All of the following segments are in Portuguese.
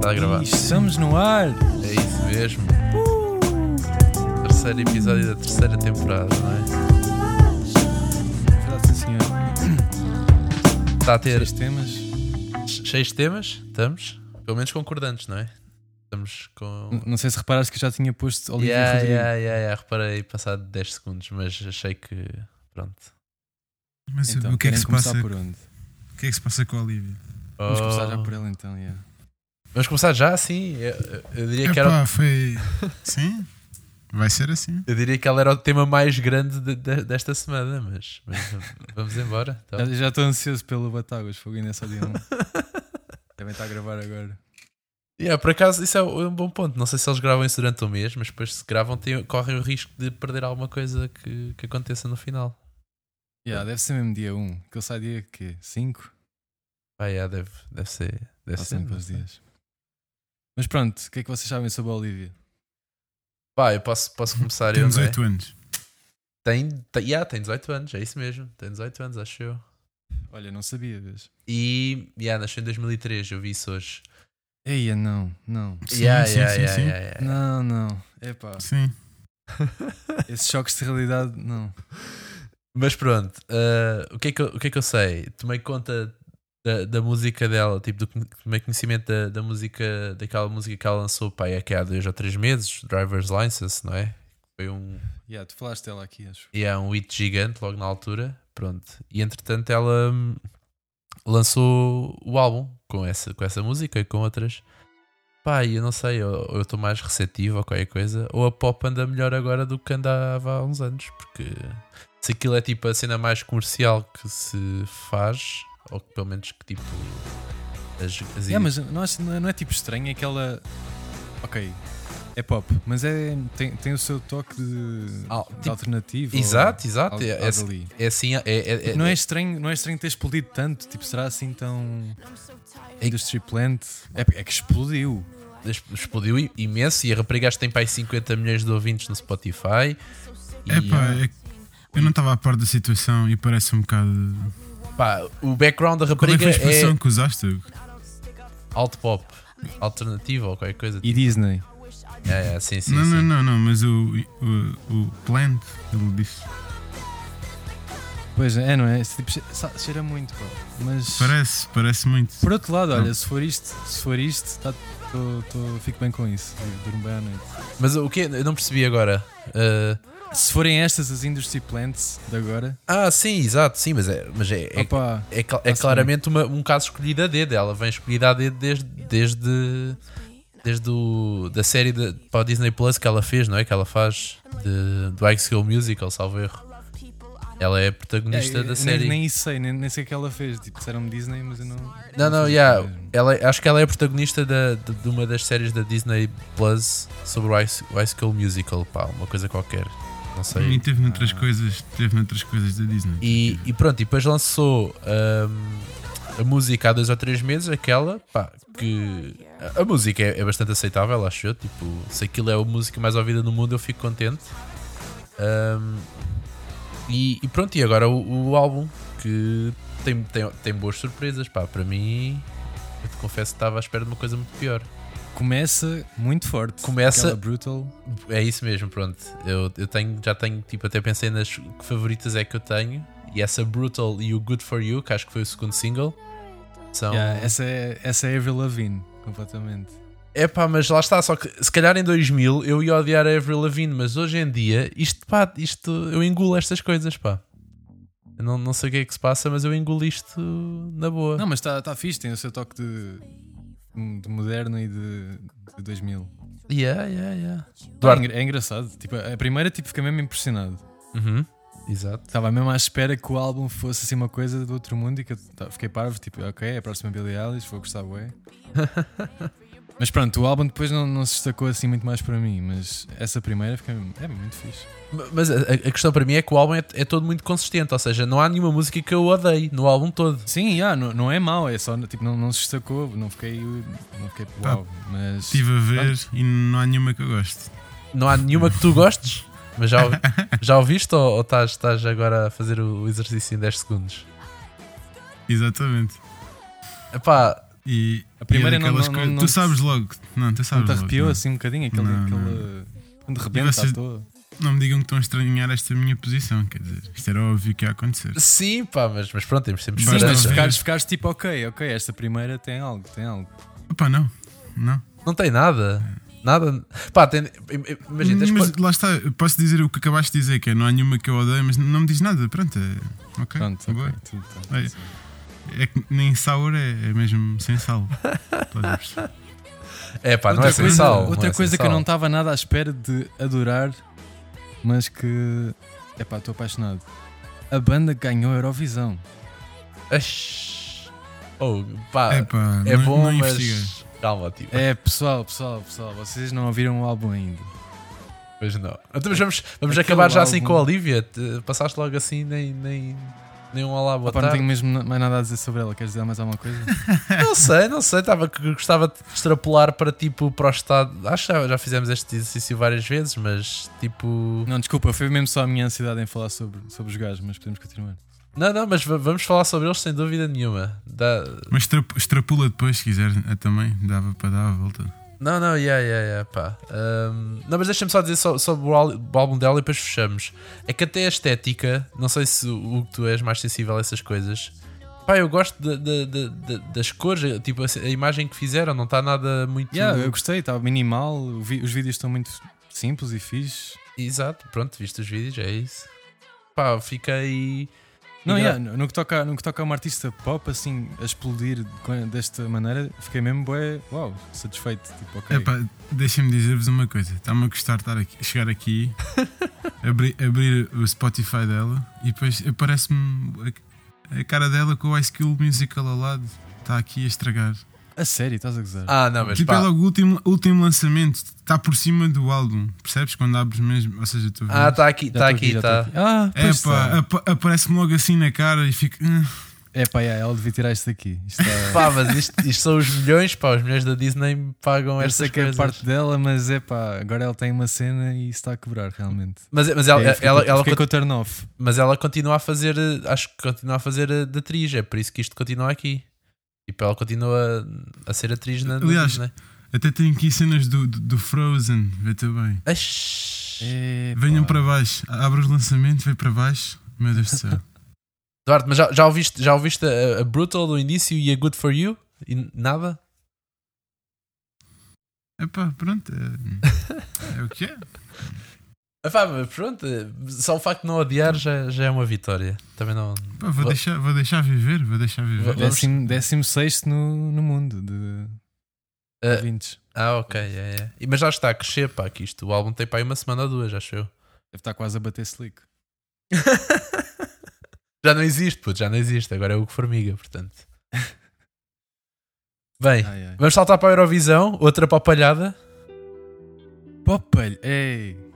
Está a gravar. Estamos no ar. É isso mesmo. Terceiro episódio da terceira temporada, não é? Verdade, sim, senhor. Está a ter 6 temas. 6 temas? Estamos? Pelo menos concordantes, não é? Estamos com. Não sei se reparaste que eu já tinha posto Olivia Yeah, Rodrigo. reparei passado 10 segundos, mas achei que. Pronto. Mas Então, o que é que querem se começar passa? por onde? O que é que se passa com a Olivia? Vamos começar já Oh. por ela então, yeah. Vamos começar já? Sim. Eu diria que era. Epá, foi. Sim? Vai ser assim? Eu diria que ela era o tema mais grande desta semana, mas vamos embora. Então. Já estou ansioso pelo Batáguas, fogo ainda é só dia 1. Devem estar a gravar agora. Por acaso, isso é um bom ponto. Não sei se eles gravam isso durante o mês, mas depois, se gravam, correm o risco de perder alguma coisa que aconteça no final. Deve ser mesmo dia 1. Que ele sai dia quê? 5? Deve ser. Deve Está ser. sempre os dias. Mas pronto, o que é que vocês sabem sobre a Olivia? Eu posso começar. Tem eu, não é? 18 anos. Tem 18 anos, é isso mesmo. Tem 18 anos, acho eu. Olha, não sabia, vês? E nasceu em 2003, eu vi isso hoje. Eia, não. Sim. Não. Epá, Sim. esses choques de realidade, não. Mas pronto, o que é que eu sei? Tomei conta da música dela, tipo, tomei conhecimento da música, daquela música que ela lançou, que há 2 ou 3 meses, Driver's License, não é? Foi Tu falaste dela aqui, acho. um hit gigante logo na altura, pronto. E entretanto ela lançou o álbum com essa música e com outras. Eu não sei, ou eu estou mais receptivo ou qualquer coisa, ou a pop anda melhor agora do que andava há uns anos, porque se aquilo é tipo a cena mais comercial que se faz, ou que pelo menos que tipo mas não é tipo estranho, é aquela. Ok, é pop, mas tem o seu toque de alternativo. Exato, algo ali. é assim, Não é estranho ter explodido tanto, tipo, será assim tão Industry Plant? É que explodiu. explodiu imenso, e a rapariga tem 50 milhões de ouvintes no Spotify. Eu não estava a par da situação e parece um bocado. O background da Qual é rapariga que foi a expressão é que usaste? alt pop, alternativo ou qualquer coisa. E Disney. Sim. Não, mas o Plant, ele disse. Pois é, não é? Esse tipo, cheira muito, pá. Mas Parece muito. por outro lado, olha, se for isto, fico bem com isso. Durmo bem à noite. Mas o que? Eu não percebi agora. Se forem estas as Industry Plants de agora. Sim, exato, sim, mas é Opa, claramente um caso escolhido a dedo. Ela vem escolhida a dedo desde da série para o Disney Plus que ela fez, não é? Que ela faz do High School Musical, salvo erro. Ela é a protagonista da série. Nem isso sei, nem sei o que ela fez. Tipo, disseram-me Disney, mas eu não. Acho que ela é a protagonista de uma das séries da Disney Plus sobre o High School Musical, uma coisa qualquer. Não sei. E teve noutras coisas da Disney. E pronto, e depois lançou a música há 2 ou 3 meses, aquela, que a música é bastante aceitável, acho eu. Tipo, se aquilo é a música mais ouvida no mundo, eu fico contente. E pronto, e agora o álbum, que tem boas surpresas, para mim, eu te confesso que estava à espera de uma coisa muito pior. Começa muito forte. Começa Brutal. É isso mesmo, pronto. Eu já tenho, tipo, até pensei nas que favoritas é que eu tenho. E essa Brutal e o Good For You, que acho que foi o segundo single, são... Essa é Avril Lavigne, completamente. Mas lá está, só que se calhar em 2000 eu ia odiar a Avril Lavigne, mas hoje em dia isto eu engulo estas coisas, Eu não sei o que é que se passa, mas eu engulo isto na boa. Não, mas está fixe, tem o seu toque de moderno e de 2000. É engraçado, tipo, a primeira fiquei mesmo impressionado. Exato. Estava mesmo à espera que o álbum fosse assim uma coisa do outro mundo e que eu fiquei parvo, tipo, ok, a próxima Billie Eilish, vou gostar bué. Mas pronto, o álbum depois não se destacou assim muito mais para mim, mas essa primeira é muito fixe. Mas a questão para mim é que o álbum é todo muito consistente, ou seja, não há nenhuma música que eu odeie no álbum todo. Sim, não é mau, é só tipo, não se destacou, não fiquei uau, mas estive a ver e não há nenhuma que eu goste. Não há nenhuma que tu gostes? Mas já ouviste ou estás agora a fazer o exercício em 10 segundos? Exatamente. E A primeira e não- daquelas não- coisas- não tu te- sabes logo. Não, tu Não sabes te logo. arrepiou não. assim um bocadinho? Aquele, Não, quando rebenta vocês- à toa. Não me digam que estão a estranhar esta minha posição. Quer dizer, isto era óbvio que ia acontecer. Sim, pá, mas pronto, temos sempre Sim, Sim, mas Bastante. ficares tipo, ok, esta primeira tem algo. Opa, não. Não tem nada. Nada. Pá, imagina, tens Mas lá está, eu posso dizer o que acabaste de dizer, que é, não há nenhuma que eu odeio, mas não me diz nada. Pronto, ok. Pronto, boa. ok, tudo bem. Olha, é que nem sour é mesmo sem sal. Estás a perceber? É pá, não é sem sal. Outra não é coisa sem que eu não sal. estava nada à espera de adorar, mas que. Epá, estou apaixonado. A banda que ganhou a Eurovisão. Ash. Oh, pá, Epá, é não- bom, não mas. investiguei. Calma, tio. É, pessoal, vocês não ouviram o álbum ainda. Pois não. Então, mas vamos Aquele acabar já assim álbum- com a Olivia. Passaste logo assim, nem um olá, boa Opa, não tarde. tenho mesmo mais nada a dizer sobre ela. Queres dizer mais alguma coisa? Não sei, gostava de extrapolar para tipo para o estado. Acho que já fizemos este exercício várias vezes, mas tipo. Não, desculpa, foi mesmo só a minha ansiedade em falar sobre os gajos, mas podemos continuar. Não, mas vamos falar sobre eles sem dúvida nenhuma. Mas extrapula depois, se quiser, também. Dava para dar a volta. Não, pá. Não, mas deixa-me só dizer sobre o álbum dela e depois fechamos. É que até a estética, não sei se o tu és mais sensível a essas coisas. Pá, eu gosto das cores, tipo a imagem que fizeram, não está nada muito. Eu gostei, estava minimal, os vídeos estão muito simples e fixe. Exato, pronto, viste os vídeos, é isso. Pá, fiquei. Não, no que toca a uma artista pop assim a explodir desta maneira, fiquei mesmo bué, uau, satisfeito. Tipo, ok. Epá, deixem-me dizer-vos uma coisa. Está-me a gostar de chegar aqui, abrir o Spotify dela e depois aparece-me a cara dela com o High School Musical ao lado. Está aqui a estragar. A sério, estás a gozar? Não, mas Tipo, pá. é logo o último lançamento. Está por cima do álbum. Percebes? Quando abres mesmo. Ou seja, tu vês. Está aqui, Já está estou aqui, já está. estou aqui. Pois está. Aparece-me logo assim na cara e fico. Ela devia tirar isto daqui. Isto está... Pá, mas isto são os milhões, pá, os milhões da Disney me pagam Eu estas sei que é coisas. parte dela, mas agora ela tem uma cena e isso está a quebrar realmente. Mas Fiquei com o turn off. mas ela continua a fazer, acho que continua a fazer de atriz, é por isso que isto continua aqui. Tipo, ela continua a ser atriz na Aliás, Disney. Até tem aqui cenas do Frozen. Vê-te bem. Venham para baixo. Abre os lançamentos, vem para baixo. Meu Deus do céu. Eduardo, mas já ouviste a Brutal do início e a Good For You? E nada? Epá, pronto. É o que é. Pá, mas pronto, só o facto de não odiar já é uma vitória. Também não. Pá, vou deixar viver. Vamos- 16º no mundo de ouvintes. Ok, é. Mas já está a crescer, pá, que isto. O álbum tem para aí uma semana ou duas, acho eu. Deve estar quase a bater slick. Já não existe, puto, já não existe. Agora é o que formiga, portanto. Bem, vamos saltar para a Eurovisão, outra papalhada. Popalho, ei!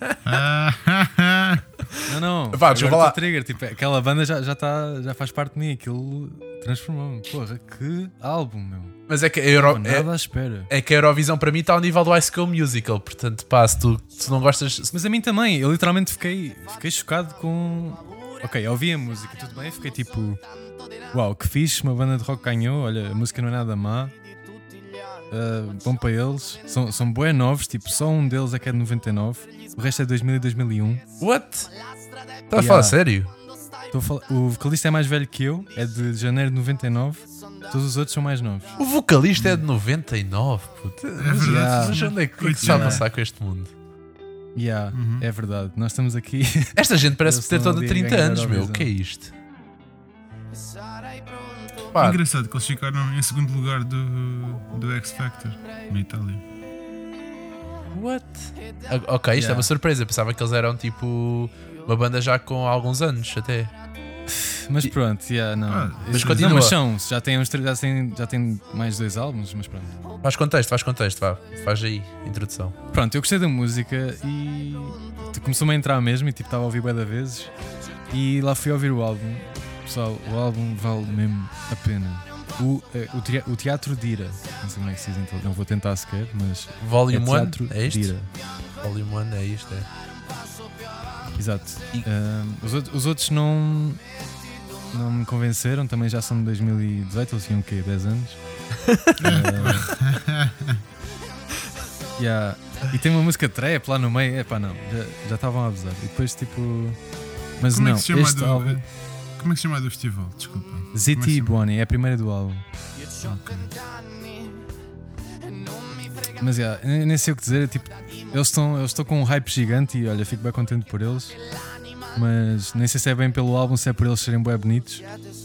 Não. Pá, desculpa agora lá. tô trigger. Tipo, aquela banda já faz parte de mim. Aquilo transformou-me. Porra, que álbum, meu. Mas é que Nada à espera. é que a Eurovisão para mim está ao nível do High School Musical. Portanto, pá, se tu não gostas. Mas a mim também. Eu literalmente fiquei chocado com. Ok, eu ouvi a música, tudo bem. Fiquei tipo, uau, que fixe. Uma banda de rock ganhou. Olha, a música não é nada má. Bom para eles. São bué novos. Tipo, só um deles é que é de 99. O resto é 2000 e 2001. What? Estás a falar sério? O vocalista é mais velho que eu. É de janeiro de 99. Todos os outros são mais novos. O vocalista é de 99, puto. É verdade. Mas onde é que se está a passar com este mundo? É verdade. Nós estamos aqui. Esta gente parece Eles ter estão toda ali a 30 ganhar anos, a meu. O Eurovisão. que é isto? Pá, Engraçado que eles ficaram em segundo lugar do X Factor na Itália. what? Ok, isto é uma surpresa. Pensava que eles eram tipo uma banda já com alguns anos até. Mas pronto, não. Mas Não, continua. mas são. Já tem mais 2 álbuns, mas pronto. Faz contexto, vá. Faz aí, introdução. Pronto, eu gostei da música e começou-me a entrar mesmo e tipo estava a ouvir bué de vezes e lá fui ouvir o álbum. Pessoal, o álbum vale mesmo a pena. O Teatro Dira, não sei como é que se diz, então não vou tentar sequer, mas Volume 1 Teatro é isto? Dira. Volume 1 é isto, é. Exato. Os outros não não me convenceram, também já são de 2018, eles tinham o quê? 10 anos? Yeah. E tem uma música trap lá no meio, não, já estavam a abusar. E depois tipo. Mas Como não, é que se chama este álbum. Como é que se chama do festival? Desculpa. Ziti e Bonnie, é a primeira do álbum. Ok. Mas nem sei o que dizer, tipo, eles estão com um hype gigante e olha, fico bem contente por eles. Mas nem sei se é bem pelo álbum, se é por eles serem bem bonitos.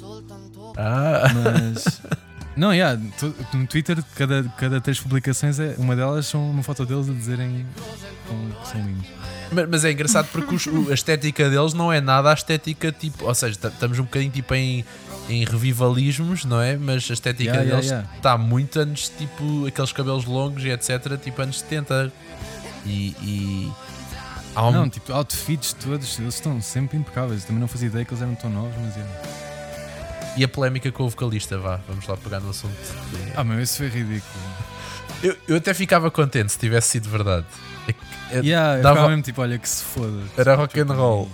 Mas. Não, no Twitter, cada 3 publicações, uma delas são uma foto deles a dizerem que são lindos. Mas é engraçado porque a estética deles não é nada a estética tipo. Ou seja, estamos um bocadinho tipo em revivalismos, não é? Mas a estética deles está muito anos tipo aqueles cabelos longos e etc. Tipo anos 70. E não, tipo outfits todos, eles estão sempre impecáveis. Também não fazia ideia que eles eram tão novos, mas E a polémica com o vocalista, vamos lá pegar no assunto. Meu, isso foi ridículo. Eu até ficava contente se tivesse sido verdade. Eu ficava mesmo tipo, olha que se foda. Era rock and roll.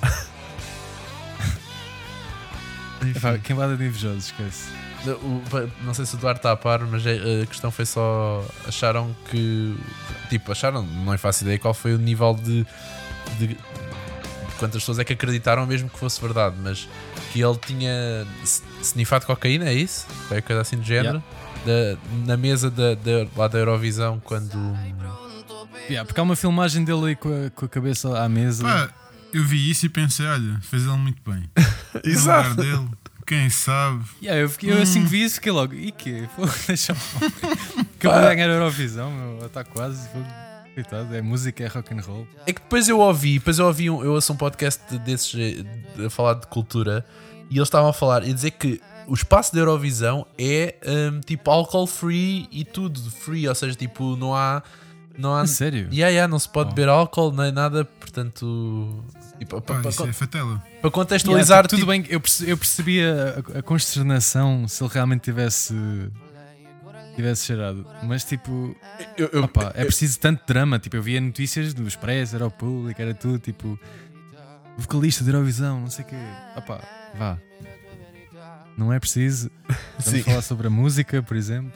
Quem vai de invejoso, esquece. Não sei se o Duarte está a par, mas a questão foi só. Acharam que. Tipo, não faço ideia qual foi o nível de quantas pessoas é que acreditaram mesmo que fosse verdade, mas que ele tinha snifado cocaína, é isso? Foi coisa assim do género? Na mesa lá da Eurovisão, quando. Porque há uma filmagem dele aí com a cabeça à mesa. Pá, eu vi isso e pensei, olha, fez ele muito bem. Exato. No lugar dele, quem sabe. Eu assim que vi isso, fiquei logo, e quê? Deixa-me. Acabou de ganhar a Eurovisão, meu, está quase. Coitado, é música, é rock and roll. É que depois eu ouvi eu ouço um podcast desses a falar de cultura e eles estavam a falar e dizer que o espaço da Eurovisão é tipo alcohol free e tudo free, ou seja, tipo não há sério? Não se pode beber álcool nem nada, portanto tipo, isso é fatela. para contextualizar tudo bem, eu percebia a consternação se ele realmente tivesse cheirado, mas tipo é preciso tanto drama. Tipo, eu via notícias do Expresso, era o Público, era tudo tipo vocalista de Eurovisão, não sei o quê. Vá, não é preciso. Vamos falar sobre a música, por exemplo.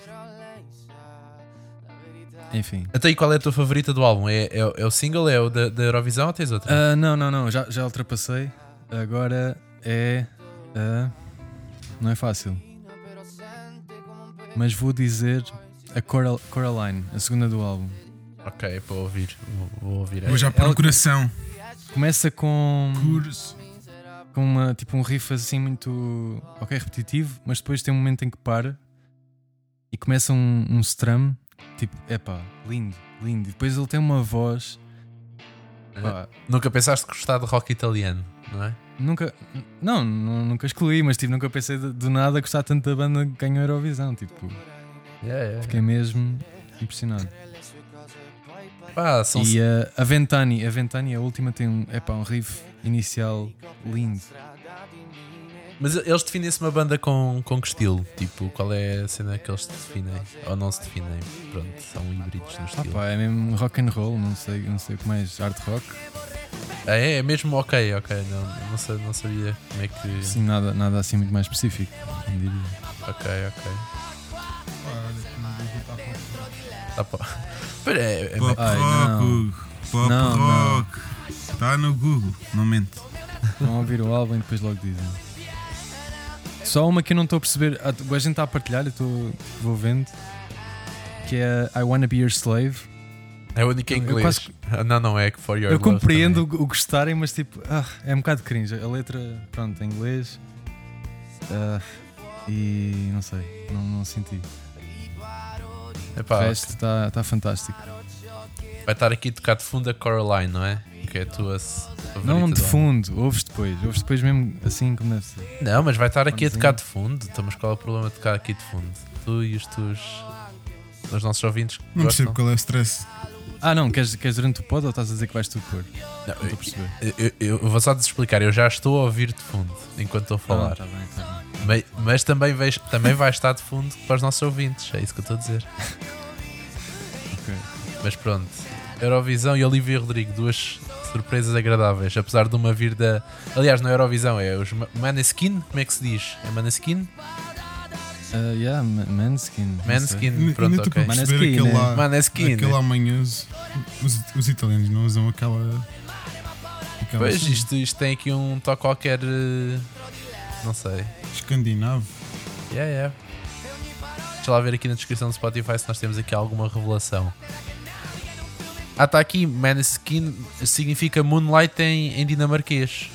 Enfim. Até aí, qual é a tua favorita do álbum? É o single? É o da Eurovisão ou tens outra? Não, já ultrapassei. Agora é não é fácil, mas vou dizer a Coraline, a segunda do álbum. Ok, para ouvir. Vou ouvir. Vou já para o coração. Começa com tipo um riff assim muito repetitivo, mas depois tem um momento em que para e começa um strum tipo, lindo. E depois ele tem uma voz. Nunca pensaste gostar de rock italiano, não é? Nunca excluí, mas tipo, nunca pensei do nada gostar tanto da banda que ganhou a Eurovisão. Tipo, fiquei mesmo impressionado. E a Ventani, a última, tem um riff inicial lindo. Mas eles definem-se uma banda com que estilo? Tipo, qual é a cena que eles se definem? Ou não se definem? Pronto, são híbridos no estilo. É mesmo rock and roll, não sei o que mais, hard rock. É mesmo ok, não sabia como é que... Sim, nada assim muito mais específico, não diria. Ok. Pop rock. Está no Google, não mente. Vão ouvir o álbum e depois logo dizem. Só uma que eu não estou a perceber. A gente está a partilhar, vou vendo, que é I Wanna Be Your Slave. É a única em inglês. Não é For Your Eu Love compreendo também. o gostarem, mas tipo, é um bocado cringe. A letra, pronto, em inglês. E não sei, não senti. O resto está fantástico. Vai estar aqui tocado de fundo a Coraline, não é? Que é a tua favorita. Não de fundo, ouves depois mesmo assim como deve ser. Não, mas vai estar aqui a tocar de fundo. Então, mas qual é o problema de tocar aqui de fundo? Tu e os nossos ouvintes. Não percebo qual é o stress. Não, queres durante o pod ou estás a dizer que vais tu pôr? Não estou a perceber. Eu vou só te explicar, eu já estou a ouvir de fundo enquanto estou a falar. Tá bem. Mas também vai estar de fundo para os nossos ouvintes, é isso que eu estou a dizer. Ok. Mas pronto, Eurovisão e Olivia Rodrigo, duas surpresas agradáveis, apesar de uma vir da. Aliás, na Eurovisão é os Maneskin, como é que se diz? É Maneskin? Manskin. Maneskin, pronto, Ainda estou ok. para perceber Maneskin. aquele amanhoso. Os italianos não usam aquela Pois, cena. isto tem aqui um toque qualquer. Não sei. Escandinavo. Yeah. Deixa lá ver aqui na descrição do Spotify se nós temos aqui alguma revelação. Está aqui, Maneskin significa Moonlight em dinamarquês.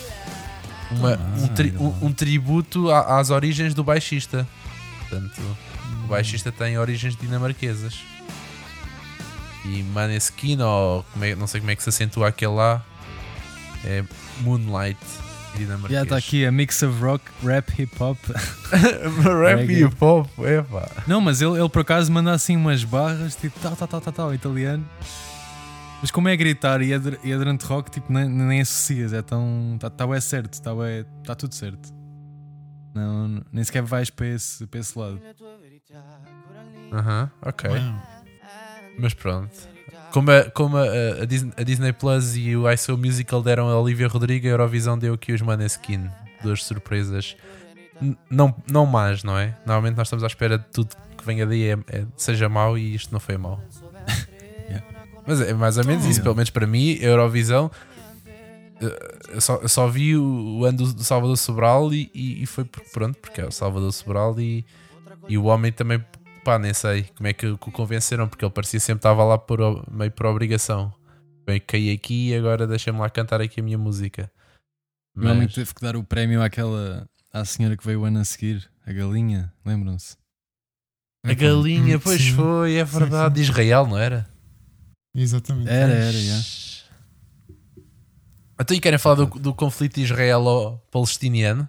Um tributo às origens do baixista. Portanto, o baixista tem origens dinamarquesas. E Maneskin, ou não sei como é que se acentua aquele lá, é Moonlight em dinamarquês. Já está aqui a mix of rock, rap, hip hop. Rap e hip hop, epá. Não, mas ele por acaso manda assim umas barras, tipo tal, italiano. Mas como é gritar e é durante rock, tipo, nem associas, é tão. Está certo, está tudo certo. Não, nem sequer vais para esse lado. Ok. Wow. Mas pronto. Como a Disney Plus e o High School Musical deram a Olivia Rodrigo, a Eurovisão deu aqui os Maneskin. Duas surpresas. Não mais, não é? Normalmente nós estamos à espera de tudo que venha daí seja mau e isto não foi mau. Mas é mais ou menos isso, pelo menos para mim, a Eurovisão. Eu só vi o ano do Salvador Sobral e foi porque é o Salvador Sobral e o homem também, pá, nem sei como é que o convenceram, porque ele parecia sempre estava lá meio por obrigação. Bem, caí aqui e agora deixa-me lá cantar aqui a minha música. O homem teve que dar o prémio à senhora que veio o ano a seguir, a galinha, lembram-se? A galinha, pois Sim. foi, é verdade, de Israel, não era? Exatamente. Era, já. Então, e querem falar do conflito israelo-palestiniano?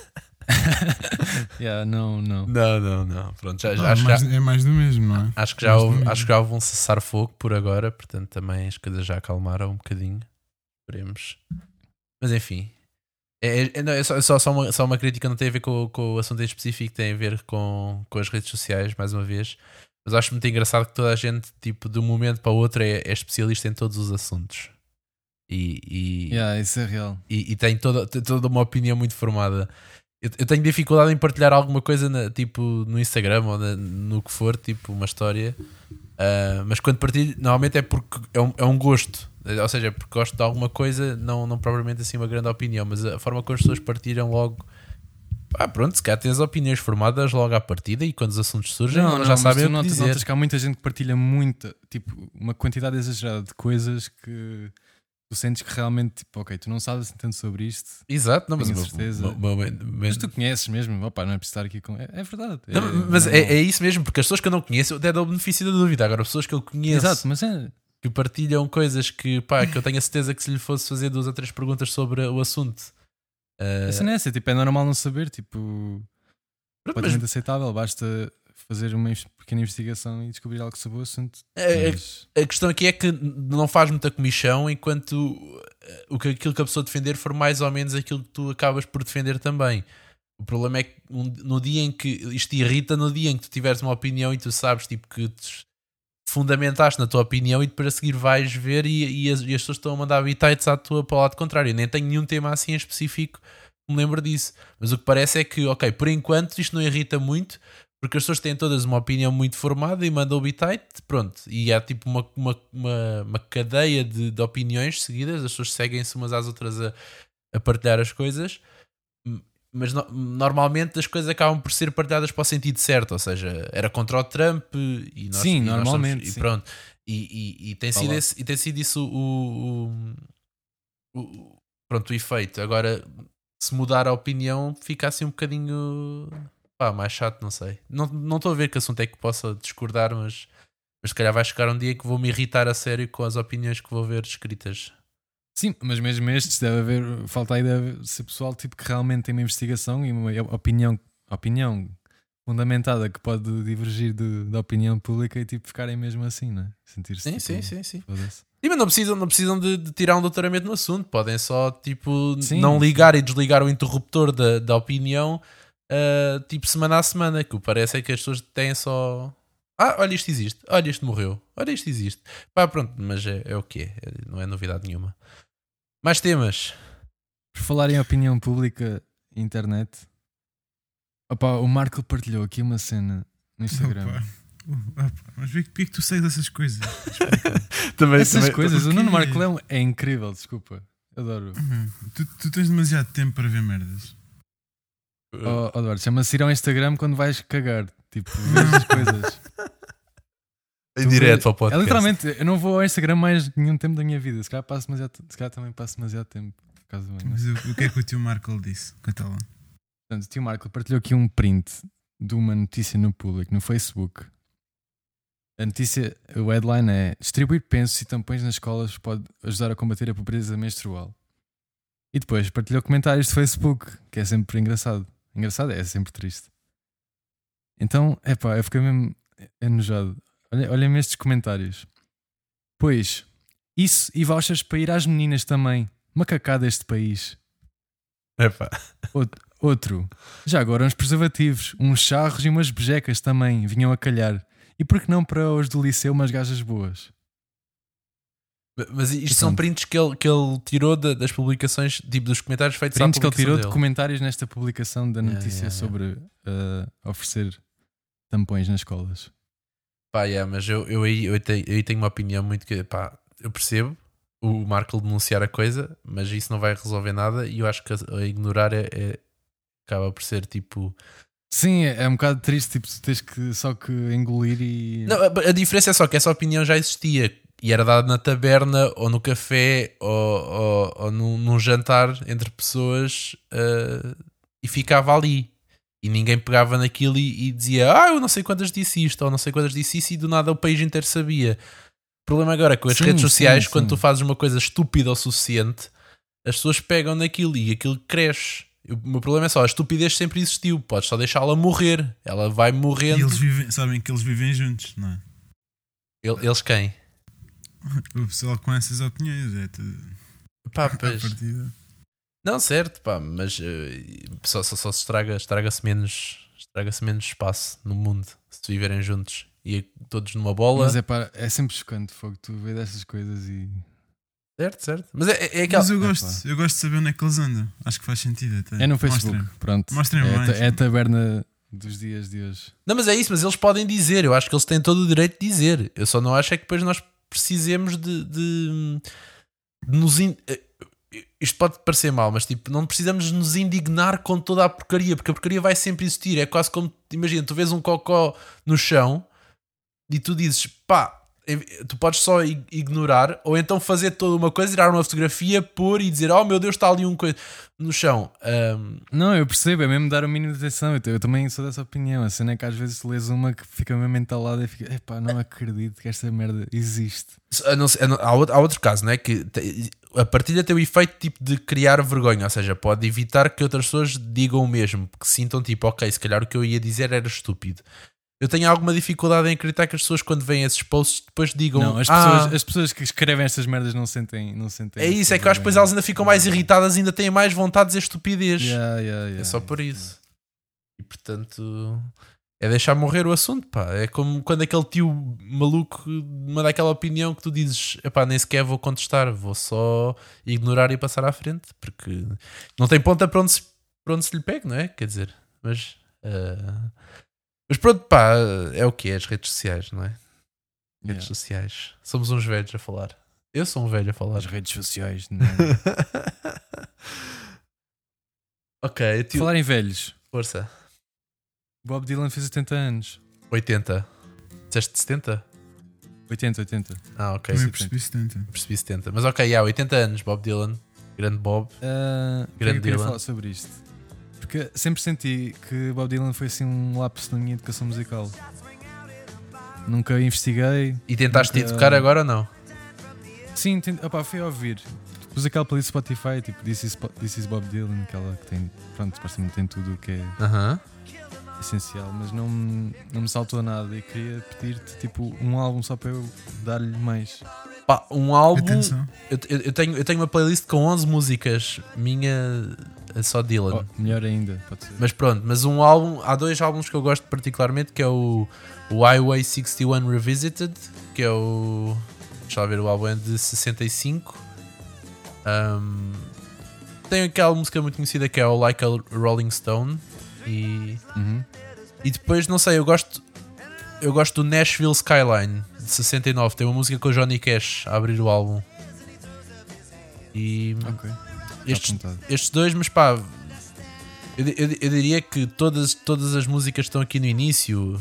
Não. Não. Pronto, já É mais do mesmo, não é? acho que já houve um cessar-fogo por agora, portanto também as coisas já acalmaram um bocadinho. Esperemos. Mas enfim. É só uma crítica, não tem a ver com o assunto em específico, tem a ver com as redes sociais, mais uma vez. Mas acho muito engraçado que toda a gente, tipo, de um momento para o outro, é especialista em todos os assuntos. Isso é real. E tem toda uma opinião muito formada. Eu tenho dificuldade em partilhar alguma coisa tipo no Instagram ou no que for, tipo uma história. Mas quando partilho, normalmente é porque é um gosto. Ou seja, é porque gosto de alguma coisa, não propriamente assim uma grande opinião. Mas a forma como as pessoas partilham logo. Pronto, se calhar tens opiniões formadas logo à partida e quando os assuntos surgem, elas já sabem o que dizer. Notas que há muita gente que partilha tipo, uma quantidade exagerada de coisas que tu sentes que realmente, tipo, ok, tu não sabes assim tanto sobre isto. Exato, não, mas tenho certeza. Mas tu conheces mesmo, não é preciso estar aqui com. É verdade. Mas é isso mesmo, porque as pessoas que eu não conheço, até dou o benefício da dúvida. Agora, as pessoas que eu conheço, exato, mas que partilham coisas que eu tenho a certeza que se lhe fosse fazer 2 ou 3 perguntas sobre o assunto. Essa não é essa, tipo, é normal não saber, tipo, completamente aceitável, basta fazer uma pequena investigação e descobrir algo sobre o assunto. A questão aqui é que não faz muita comichão enquanto aquilo que a pessoa defender for mais ou menos aquilo que tu acabas por defender também. O problema é que no dia em que isto te irrita, no dia em que tu tiveres uma opinião e tu sabes tipo, que te fundamentaste na tua opinião e depois a seguir vais ver e as pessoas estão a mandar bitites para o lado contrário. Nem tenho nenhum tema assim em específico que me lembro disso. Mas o que parece é que, ok, por enquanto isto não irrita muito porque as pessoas têm todas uma opinião muito formada e mandam o bitite, pronto. E há tipo uma cadeia de opiniões seguidas, as pessoas seguem-se umas às outras a partilhar as coisas. Mas normalmente as coisas acabam por ser partilhadas para o sentido certo, ou seja, era contra o Trump e nós, sim, e normalmente nós somos, sim. E pronto. E tem sido isso pronto, o efeito. Agora, se mudar a opinião, fica assim um bocadinho mais chato, não sei. Não estou a ver que assunto é que possa discordar, mas se calhar vai chegar um dia que vou me irritar a sério com as opiniões que vou ver escritas. Sim, mas mesmo estes deve haver, falta aí deve ser pessoal tipo, que realmente tem uma investigação e uma opinião fundamentada que pode divergir da opinião pública e tipo ficarem mesmo assim, não é? Sentir-se Sim. E mas não precisam de tirar um doutoramento no assunto, podem só tipo não sim. ligar e desligar o interruptor da opinião tipo semana a semana, que o parece é que as pessoas têm só olha isto existe, olha isto morreu, olha isto existe, pronto, mas é o que é, não é novidade nenhuma. Mais temas. Por falar em opinião pública e internet, opa, o Marco partilhou aqui uma cena no Instagram. Opa, mas porquê que tu segues essas coisas? Também, Essas coisas, o porquê? Nuno Marco Leão é incrível, desculpa. Adoro. Tu tens demasiado tempo para ver merdas. Oh, Eduardo, chama-se ir ao Instagram quando vais cagar. Tipo, vês as coisas. Em direto para o É podcast. literalmente, eu não vou ao Instagram mais nenhum tempo da minha vida. Se calhar, se calhar também passo demasiado tempo. Por causa do banho. Mas o que é que o tio Marco disse? Conta lá. Portanto, o tio Marco partilhou aqui um print de uma notícia no público, no Facebook. A notícia, o headline é: distribuir pensos e tampões nas escolas pode ajudar a combater a pobreza menstrual. E depois partilhou comentários de Facebook, que é sempre engraçado. Engraçado é sempre triste. Então, eu fiquei mesmo enojado. Olhem estes comentários. Pois, isso e vouchers para ir às meninas também. Macacada este país. Epá. Outro. Já agora uns preservativos, uns charros e umas bejecas também vinham a calhar. E por que não para os do liceu umas gajas boas? Mas isto são prints que ele tirou das publicações, tipo dos comentários feitos à Prints que ele publicação tirou de dele. comentários nesta publicação da notícia Yeah. sobre oferecer tampões nas escolas. Pá, mas eu aí tenho uma opinião muito que, pá, eu percebo o Marco denunciar a coisa, mas isso não vai resolver nada e eu acho que a ignorar acaba por ser tipo... Sim, é um bocado triste, tipo, tu tens que só que engolir e... Não, a diferença é só que essa opinião já existia e era dada na taberna ou no café ou num jantar entre pessoas e ficava ali. E ninguém pegava naquilo e dizia eu não sei quantas disse isto ou não sei quantas disse isso e do nada o país inteiro sabia. O problema agora é que com as redes sociais, quando tu fazes uma coisa estúpida o suficiente, as pessoas pegam naquilo e aquilo cresce. O meu problema é só, a estupidez sempre existiu, podes só deixá-la morrer, ela vai morrendo. E eles sabem que eles vivem juntos, não é? Eles quem? O pessoal com essas opiniões é tudo. Pá, À pois. partida. Não, certo, pá, mas só se estraga-se menos espaço no mundo se viverem juntos e todos numa bola. Mas é sempre chocante, fogo, tu vês essas coisas e... Certo. Mas é aquela. Mas eu gosto de saber onde é que eles andam. Acho que faz sentido até. É no Facebook, Mostrem. pronto. Mostrem mais. É a taberna dos dias de hoje. Não, mas é isso, mas eles podem dizer. Eu acho que eles têm todo o direito de dizer. Eu só não acho é que depois nós precisemos de nos. Isto pode parecer mal, mas tipo, não precisamos nos indignar com toda a porcaria, porque a porcaria vai sempre existir. É quase como, imagina, tu vês um cocó no chão e tu dizes, pá, tu podes só ignorar, ou então fazer toda uma coisa, tirar uma fotografia, pôr e dizer, oh meu Deus, está ali um coisa no chão. Não, eu percebo, é mesmo dar o mínimo de atenção. Eu também sou dessa opinião. A cena é que às vezes lês uma que fica mesmo entalada e fica, epá, não acredito que esta merda existe. Há outro caso, não é? Que a partilha tem o efeito tipo de criar vergonha, ou seja, pode evitar que outras pessoas digam o mesmo, que sintam tipo, ok, se calhar o que eu ia dizer era estúpido. Eu tenho alguma dificuldade em acreditar que as pessoas, quando veem esses posts, depois digam. Não, as pessoas que escrevem estas merdas não sentem. É isso, é que eu acho que depois elas ainda ficam mais irritadas e ainda têm mais vontade de dizer estupidez. Yeah, É só por isso. E portanto, é deixar morrer o assunto, pá. É como quando aquele tio maluco manda aquela opinião que tu dizes, epá, nem sequer vou contestar, vou só ignorar e passar à frente, porque não tem ponta para onde se lhe pegue, não é? Quer dizer, mas pronto, pá, é o que é as redes sociais, não é? Redes sociais. Somos uns velhos a falar. Eu sou um velho a falar. As redes sociais. Não. Ok, tio. Falar em velhos. Força. Bob Dylan fez 80 anos. 80. Disseste 70? 80. Ah, ok. Também percebi 70. Percebi 70. Mas ok, há 80 anos, Bob Dylan. Grande Bob. Grande Dylan. falar sobre isto. Porque sempre senti que Bob Dylan foi assim um lapso na minha educação musical. Nunca investiguei. E tentaste nunca... tocar agora ou não? Sim, fui a ouvir. Pus aquela playlist Spotify, tipo This is Bob Dylan, aquela que tem, pronto, supostamente tem tudo o que é essencial, mas não me saltou nada e queria pedir-te tipo um álbum só para eu dar-lhe mais. Pá, um álbum. Atenção. Eu tenho uma playlist com 11 músicas minha, só Dylan. Melhor ainda, pode ser. Mas pronto, mas um álbum, há dois álbuns que eu gosto particularmente, que é o Highway 61 Revisited, que é o, deixa eu ver, o álbum é de 65, Tem aquela música muito conhecida que é o Like a Rolling Stone. E depois, não sei, eu gosto do Nashville Skyline de 69. Tem uma música com o Johnny Cash a abrir o álbum. E estes dois, mas pá, eu diria que todas as músicas estão aqui no início.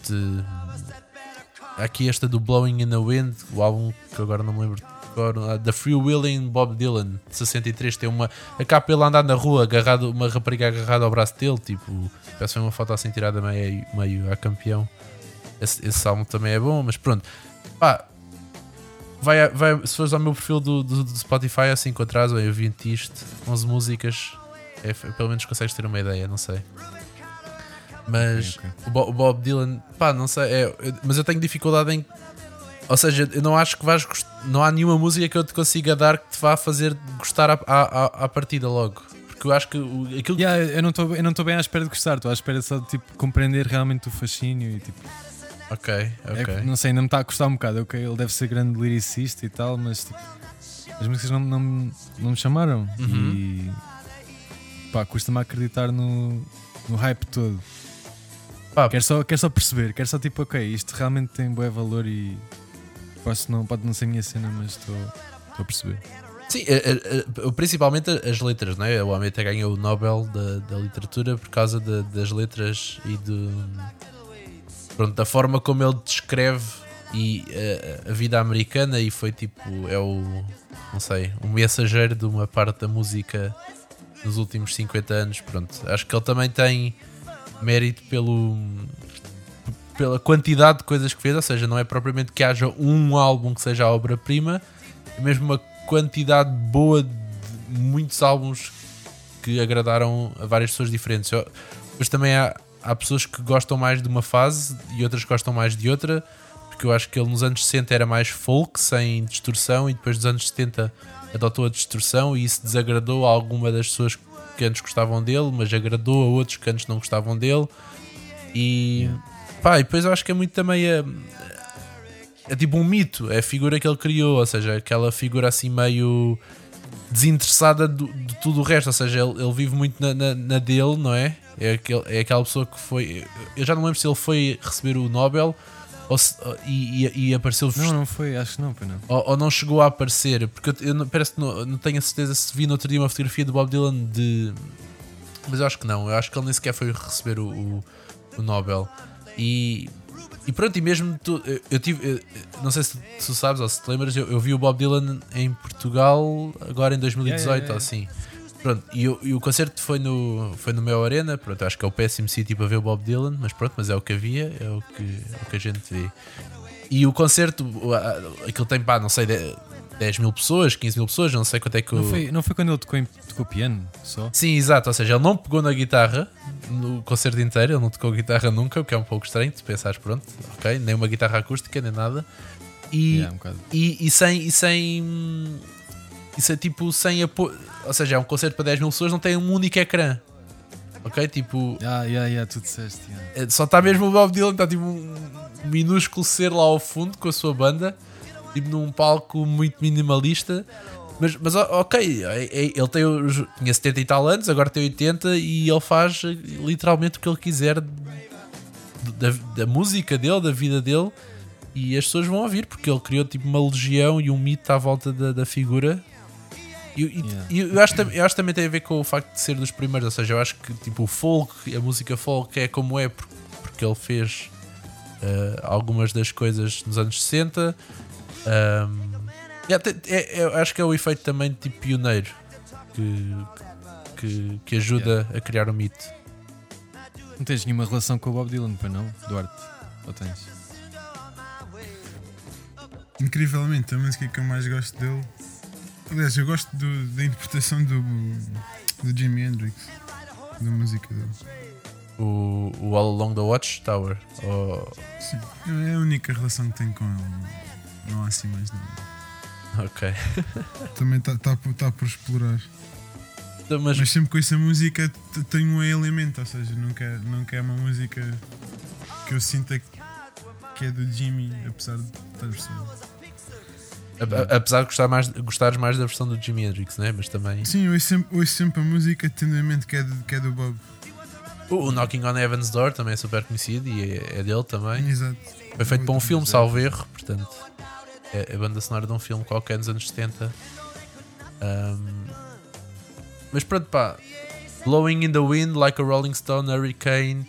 Aqui esta do Blowing in the Wind, o álbum que agora não me lembro agora, The Free Willing Bob Dylan de 63, tem a capa ele a andar na rua, uma rapariga agarrada ao braço dele, tipo, parece uma foto assim tirada meio a campeão. Esse álbum também é bom, mas pronto, pá, vai, se fores ao meu perfil do Spotify, assim encontrares, eu vi-te isto, 11 músicas, pelo menos consegues ter uma ideia, não sei. Mas okay. O Bob Dylan, pá, não sei, mas eu tenho dificuldade em. Ou seja, eu não acho que não há nenhuma música que eu te consiga dar que te vá fazer gostar à partida logo. Porque eu acho que aquilo que... Eu não estou bem à espera de gostar, estou à espera só de tipo, compreender realmente o fascínio e tipo. Ok. Não sei, ainda me está a custar um bocado. Okay, ele deve ser grande lyricista e tal, mas tipo, as músicas não me chamaram. E pá, custa-me acreditar no hype todo. Pá, quero só perceber, quero só tipo, ok, isto realmente tem bom valor e pode não ser a minha cena, mas estou a perceber. Sim, principalmente as letras, não é? O homem até ganhou o Nobel da literatura por causa das letras e da forma como ele descreve e a vida americana, e foi tipo, um mensageiro de uma parte da música nos últimos 50 anos. Pronto, acho que ele também tem mérito pela quantidade de coisas que fez, ou seja, não é propriamente que haja um álbum que seja a obra-prima, é mesmo uma quantidade boa de muitos álbuns que agradaram a várias pessoas diferentes. Mas também há pessoas que gostam mais de uma fase e outras que gostam mais de outra, porque eu acho que ele nos anos 60 era mais folk, sem distorção, e depois dos anos 70 adotou a distorção, e isso desagradou a alguma das pessoas que antes gostavam dele, mas agradou a outros que antes não gostavam dele. E pá, e depois eu acho que é muito também é tipo um mito, é a figura que ele criou, ou seja, aquela figura assim meio desinteressada de tudo o resto, ou seja, ele vive muito na dele, não é? É aquela pessoa que foi, eu já não lembro se ele foi receber o Nobel e apareceu. Não foi, acho que não, foi não. Ou não chegou a aparecer, porque parece que não tenho a certeza se vi no outro dia uma fotografia do Bob Dylan mas eu acho que não, eu acho que ele nem sequer foi receber o Nobel. E pronto, e mesmo eu tive, não sei se tu sabes ou se te lembras, eu vi o Bob Dylan em Portugal agora em 2018 ou assim. Pronto, e o concerto foi no Mel Arena. Pronto, acho que é o péssimo sítio para ver o Bob Dylan, mas pronto, mas é o que havia, é o que a gente vê. E o concerto, aquilo tem, pá, não sei, 10 mil pessoas, 15 mil pessoas, não sei quanto é que... Não foi quando ele tocou piano só? Sim, exato, ou seja, ele não pegou na guitarra no concerto inteiro, ele não tocou guitarra nunca, o que é um pouco estranho, tu pensares, pronto, ok, nem uma guitarra acústica, nem nada. Isso é tipo sem apoio, ou seja, é um concerto para 10 mil pessoas, não tem um único ecrã. Ok, tipo. Tu disseste. Só está mesmo o Bob Dylan, está tipo um minúsculo ser lá ao fundo com a sua banda, tipo num palco muito minimalista. Mas ok, ele tinha 70 e tal anos, agora tem 80 e ele faz literalmente o que ele quiser da música dele, da vida dele, e as pessoas vão ouvir porque ele criou tipo uma legião e um mito à volta da figura. E eu acho que também tem a ver com o facto de ser dos primeiros, ou seja, eu acho que tipo o folk, a música folk é como é porque ele fez algumas das coisas nos anos 60. Eu acho que é o efeito também de tipo pioneiro que ajuda a criar o mito. Não tens nenhuma relação com o Bob Dylan, pois não, Duarte? Ou tens? Incrivelmente, a música que eu mais gosto dele. Aliás, eu gosto da interpretação do Jimi Hendrix, da música dele. O All Along the Watchtower? Sim, é a única relação que tenho com ele. Não há assim mais nada. Ok. Também está por explorar. Então, mas sempre com essa música tenho um elemento, ou seja, nunca é uma música que eu sinta que é do Jimmy, apesar de estar só. Apesar de gostares mais da versão do Jimi Hendrix, né? Mas também. Sim, eu ouço sempre a música atentamente que é do Bob. O Knocking on Heaven's Door também é super conhecido e é dele também. Exato. Foi feito para um filme, salvo erro, portanto. É a banda sonora de um filme qualquer nos anos 70. Mas pronto, pá. Blowing in the Wind, Like a Rolling Stone, Hurricane.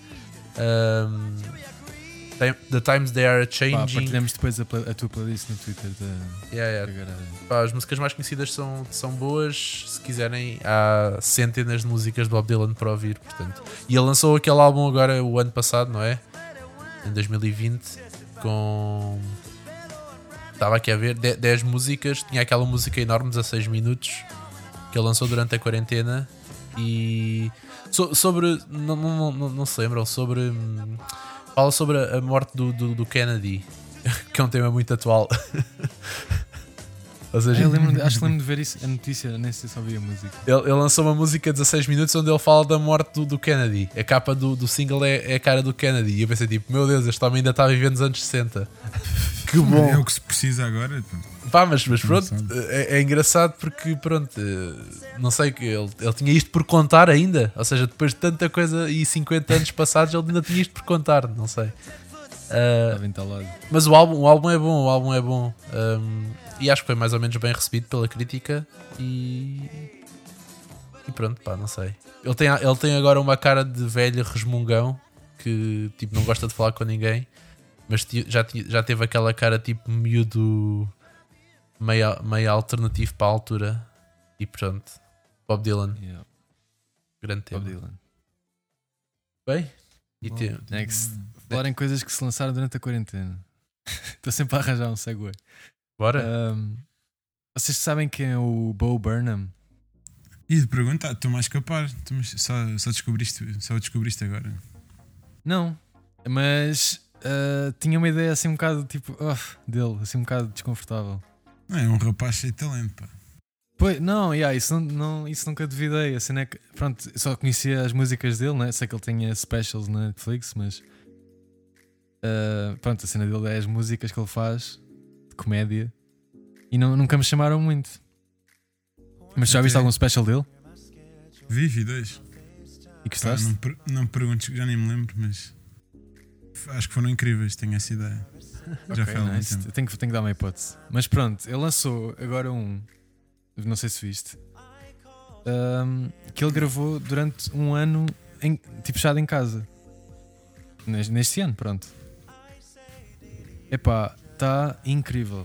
The Times They Are Pá, Changing. partilhamos depois a tua playlist no Twitter. Pá, as músicas mais conhecidas são boas. Se quiserem, há centenas de músicas de Bob Dylan para ouvir. Portanto. E ele lançou aquele álbum agora o ano passado, não é? Em 2020. Com. Estava aqui a ver 10 músicas. Tinha aquela música enorme, 16 minutos, que ele lançou durante a quarentena. E sobre. Não se lembram? Fala sobre a morte do Kennedy, que é um tema muito atual. Ou seja, acho que lembro de ver isso, a notícia, nem sei se ouvi a música. Ele lançou uma música de 16 minutos onde ele fala da morte do Kennedy. A capa do single é a cara do Kennedy. E eu pensei tipo, meu Deus, este homem ainda está a viver nos anos 60. Que bom. É o que se precisa agora. Pá, mas pronto, é engraçado porque pronto, não sei, que ele tinha isto por contar ainda. Ou seja, depois de tanta coisa e 50 anos passados, ele ainda tinha isto por contar, não sei. Estava entalado. Mas o álbum é bom, e acho que foi mais ou menos bem recebido pela crítica. E pronto, pá, não sei. Ele tem agora uma cara de velho resmungão que tipo não gosta de falar com ninguém, mas já teve aquela cara tipo miúdo, meio alternativo para a altura. E pronto, Bob Dylan, Yeah. grande tema. Bob Dylan. Bem, e Next. Falar em coisas que se lançaram durante a quarentena. Estou sempre a arranjar um segue. bora? Vocês sabem quem é o Bo Burnham? E de perguntar, estou mais capaz. Só descobriste agora. Não, mas tinha uma ideia assim um bocado tipo dele, assim um bocado desconfortável. Não, é um rapaz cheio de talento, pá. Pois, não, isso nunca duvidei. A cena é que, pronto, eu só conhecia as músicas dele, né? Sei que ele tinha specials na Netflix, mas pronto, a cena dele é as músicas que ele faz de comédia e nunca me chamaram muito. Mas já viste algum special dele? Vi 2. E gostaste? Não me perguntes, já nem me lembro, mas acho que foram incríveis, tenho essa ideia. Já foi há algum nice. tempo. Tenho que dar uma hipótese. Mas pronto, ele lançou agora não sei se viste, que ele gravou durante um ano tipo fechado em casa. Neste ano, pronto. Epá, está incrível.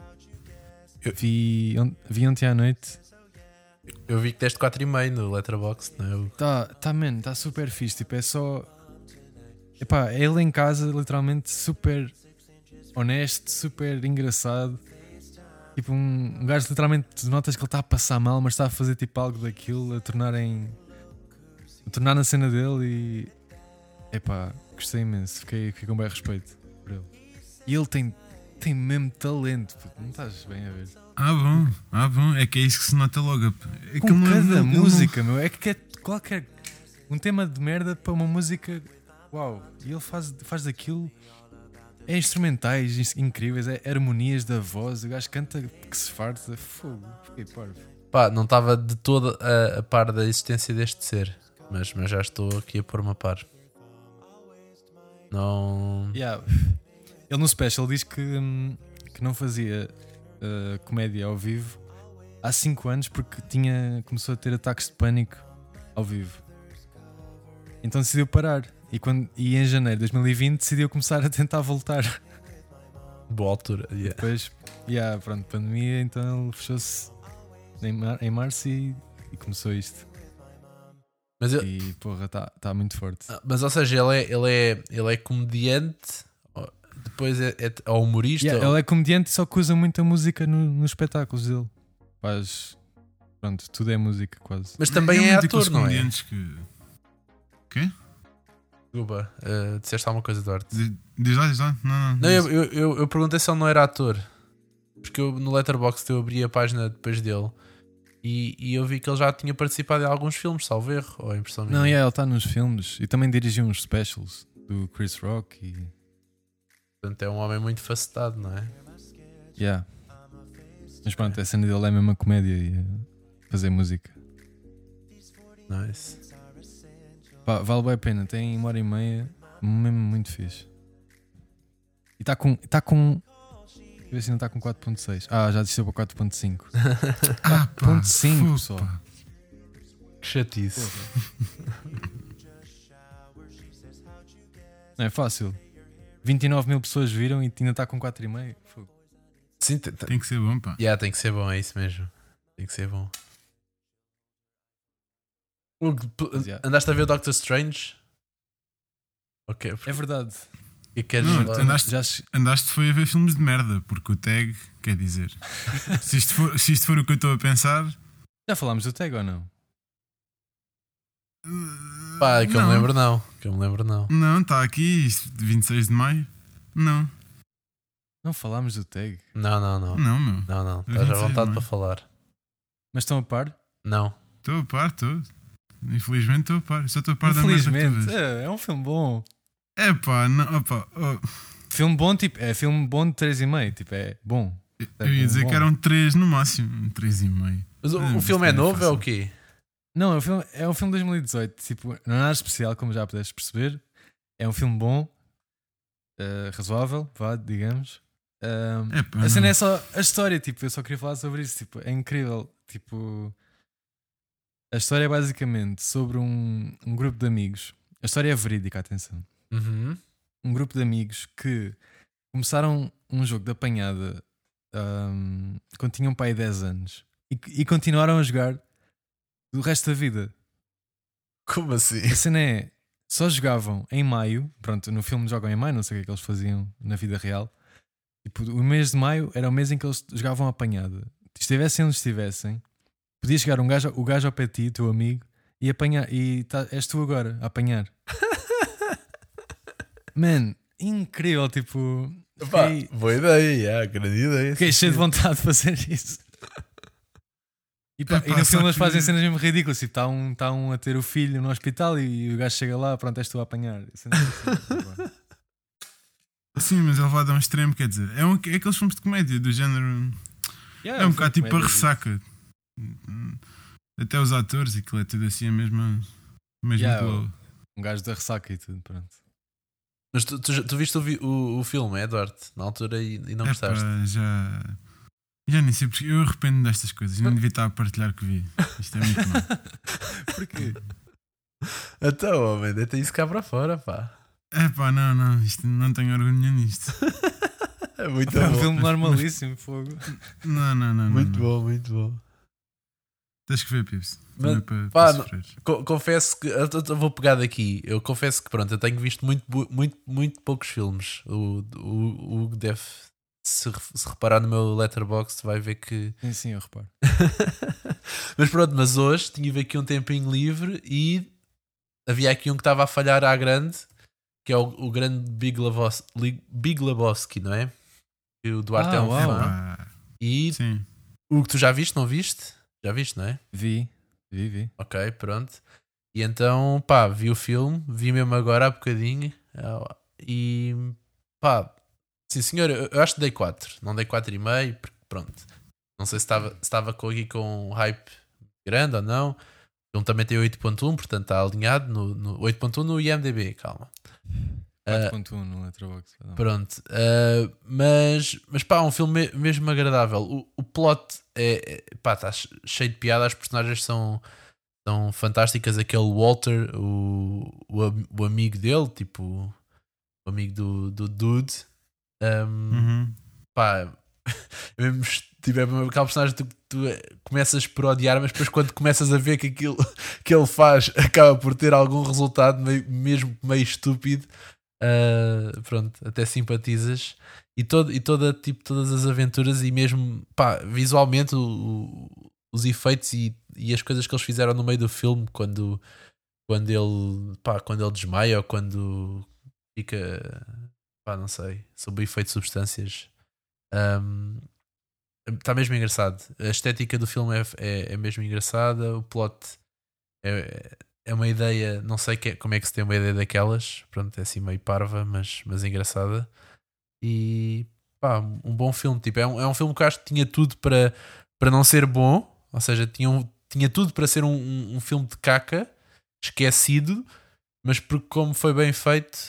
Vi ontem à noite. Eu vi que deste 4,5 no Letterboxd, não é? Está super fixe. Tipo, é só. Epá, é ele em casa, literalmente super honesto, super engraçado. Tipo, um gajo literalmente notas que ele está a passar mal, mas está a fazer tipo algo daquilo, a tornar na cena dele e. Epá, gostei imenso. Fiquei com bem respeito por ele. E ele tem mesmo talento, puto. Não estás bem a ver? Bom. É que é isso que se nota logo. É que Com cada música, meu. É que é qualquer. Um tema de merda para uma música. Uau! E ele faz daquilo. É instrumentais incríveis, é harmonias da voz. O gajo canta que se farta. Fogo, fiquei parvo. Pá, não estava de toda a par da existência deste ser, mas já estou aqui a pôr-me a par. Não. Yeah. Ele no special diz que não fazia comédia ao vivo há 5 anos porque começou a ter ataques de pânico ao vivo. Então decidiu parar. E em janeiro de 2020 decidiu começar a tentar voltar. Boa altura. Yeah. Depois, pronto, pandemia, então ele fechou-se em março e começou isto. Mas E porra, está muito forte. Mas ou seja, ele é comediante, depois é humorista. Ele é comediante, só que usa muita música nos espetáculos dele. Faz. Pronto, tudo é música quase. Mas também é ator, ator, não é? Quê? Desculpa, disseste alguma coisa, Duarte? Diz lá. Não. Eu perguntei se ele não era ator, porque eu no Letterboxd eu abri a página depois dele e eu vi que ele já tinha participado em alguns filmes, salvo erro, ou a impressão minha. Não, ele está nos filmes e também dirigiu uns specials do Chris Rock e. Portanto, é um homem muito facetado, não é? Yeah. Mas pronto, a cena dele é mesmo a comédia e fazer música. Nice. Pá, vale bem a pena, tem 1h30, mesmo muito fixe. E está com. Deixa eu ver se não está com 4.6. Já desceu para 4.5. 4.5, pessoal. pá. Que chatice. Não é fácil. 29 mil pessoas viram e ainda está com 4,5. Fogo. Sim, Tem que ser bom, pá. tem que ser bom, é isso mesmo. Tem que ser bom. Mas, yeah. Andaste a ver o Doctor Strange? Ok. É verdade. E queres Não, falar? andaste foi a ver filmes de merda, porque o tag, quer dizer, se isto for o que eu estou a pensar. Já falámos do tag ou não? Pá, que eu não. me lembro não. Que eu me lembro não. Não, está aqui, isto de 26 de maio. Não, Não falámos do tag. Não. não, meu. Não. Estás à 26 vontade não é? para falar. Mas estão a par? Não. Estou a par, estou. Infelizmente estou a par. Só estou a par da merda que tu Infelizmente. vês. É um filme bom. É pá, não, opa, Filme bom, tipo, é filme bom de 3,5. Tipo, é bom. eu ia dizer bom. que eram 3 no máximo, 3,5. Mas o Mas filme é também novo, é o fácil. quê? Não, é um filme de 2018. Tipo, não é nada especial, como já pudeste perceber. É um filme bom, razoável, vá, digamos. Epá, A cena não. é só a história, tipo, eu só queria falar sobre isso. Tipo, é incrível. Tipo, a história é basicamente sobre um grupo de amigos. A história é verídica, atenção. Uhum. Um grupo de amigos que começaram um jogo de apanhada quando tinham pai 10 anos e continuaram a jogar do resto da vida. Como assim? A cena é, só jogavam em maio. Pronto, no filme jogam em maio, não sei o que é que eles faziam na vida real. Tipo, o mês de maio era o mês em que eles jogavam a apanhada. Estivessem onde estivessem, podia chegar o gajo ao pé de ti, teu amigo, e apanhar. És tu agora a apanhar. Man, incrível, tipo. Pá, boa ideia, grande ideia. Fiquei cheio de vontade de fazer isso. E Epá, no só filme eles que- fazem cenas mesmo ridículas. Tipo, está um a ter o filho no hospital e o gajo chega lá, pronto, és tu a apanhar. Cenas assim. Sim, mas ele vai dar um extremo, quer dizer, é aqueles filmes de comédia do género. Yeah, É um filme bocado de tipo a comédia, ressaca. Até os atores, aquilo é tudo assim, a mesma. Yeah, glow. um gajo da ressaca e tudo, pronto. Mas tu viste o filme, Edward, na altura e não Epá, gostaste? já nem sei porque eu arrependo destas coisas. Não devia estar a partilhar que vi. Isto é muito mal. Porquê? Então, homem, deita isso cá para fora, pá. Epá, não, isto não tenho orgulho nenhum nisto. É muito É um bom. filme normalíssimo, fogo. Não. Muito não. bom, muito bom. Tens que ver, Pips. Mas, Para pá, sofreres. Confesso que eu vou pegar daqui. Eu confesso que pronto, eu tenho visto muito poucos filmes. O Hugo deve se reparar no meu Letterboxd, vai ver que. Sim, eu reparo. Mas pronto, mas hoje tinha aqui um tempinho livre e havia aqui um que estava a falhar à grande, que é o grande Big Lebowski, não é? Que o Duarte é um uau. fã. Epá, E sim. o que tu já viste, não viste? Já viste, não é? Vi. Ok, pronto. E então, pá, vi o filme, vi mesmo agora há bocadinho e pá, sim senhor, eu acho que dei 4, não dei 4,5, porque pronto, não sei se estava aqui com um hype grande ou não. O filme também tem 8.1, portanto está alinhado no 8.1 no IMDb, calma. 4.1 no Letterboxd. Pronto, mas pá, um filme mesmo agradável. O plot pá, está cheio de piada, as personagens são fantásticas. Aquele Walter, o amigo dele, tipo o amigo do Dude, pá, mesmo tipo, é aquela personagem que tu começas por odiar, mas depois quando começas a ver que aquilo que ele faz acaba por ter algum resultado mesmo meio estúpido. Pronto, até simpatizas e todas as aventuras e mesmo pá, visualmente os efeitos e as coisas que eles fizeram no meio do filme quando ele desmaia ou quando fica, pá, não sei, sob o efeito de substâncias, está mesmo engraçado. A estética do filme é mesmo engraçada. O plot é uma ideia, não sei como é que se tem uma ideia daquelas, pronto, é assim meio parva, mas engraçada. E pá, um bom filme. Tipo, é um filme que eu acho que tinha tudo para não ser bom, ou seja, tinha tudo para ser um filme de caca, esquecido, mas porque como foi bem feito,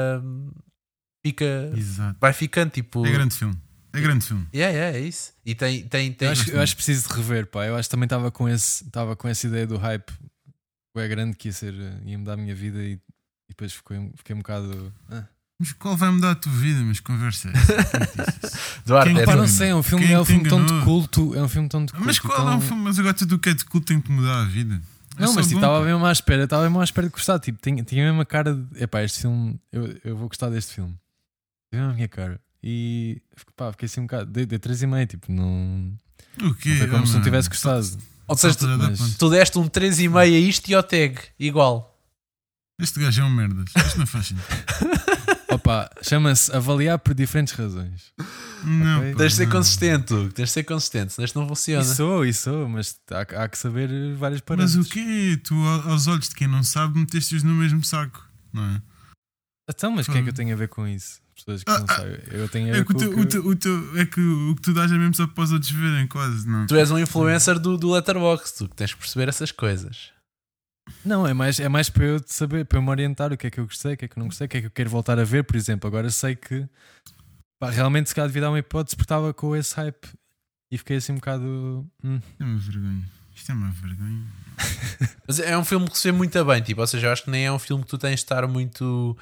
Exato. vai ficando tipo. É grande filme. É grande filme. É isso. E tem. Eu acho que preciso de rever, pá. Eu acho que também estava com essa ideia do hype é grande que ia mudar a minha vida e depois fiquei um bocado. Mas qual vai mudar a tua vida? Mas conversa é essa. Duarte, Quem Pá, Pá, não sei, é um filme tão de culto. É um filme tão de culto. Mas qual então... é um filme? Mas agora tudo o que é de culto tem que mudar a vida. Não, mas tipo, estava mesmo à espera. Estava mesmo à espera de gostar. Tipo, tinha mesmo a cara de. Epá, este filme. Eu vou gostar deste filme. Tinha mesmo a minha cara. E pá, fiquei assim um bocado. Dei 3,5. Tipo, não. O quê? Não foi como se não tivesse Só- gostado. Ou seja, tu deste um 3,5 a isto e ao tag, igual. Este gajo é um merdas. Isto não faz sentido. Opa, chama-se avaliar por diferentes razões. Não, Ok. pá, Tens de ser não. consistente, Hugo, tens de ser consistente, senão isto não funciona. E sou, mas há que saber vários Mas parâmetros. o quê? Tu, aos olhos de quem não sabe, meteste-os no mesmo saco, não é? Então, mas o que é que eu tenho a ver com isso? Pessoas que não sabem. Eu tenho a É ver que com é que o que tu dás é mesmo só para os outros verem, quase, não? Tu és um influencer do Letterboxd, tu que tens que perceber essas coisas. Não, é mais para eu saber, para eu me orientar o que é que eu gostei, o que é que eu não gostei, o que é que eu quero voltar a ver, por exemplo. Agora sei que pá, realmente se calhar devia dar uma hipótese porque estava com esse hype e fiquei assim um bocado. Isto é uma vergonha. Isto é uma vergonha. Mas é um filme que se vê muito bem, tipo, ou seja, eu acho que nem é um filme que tu tens de estar muito.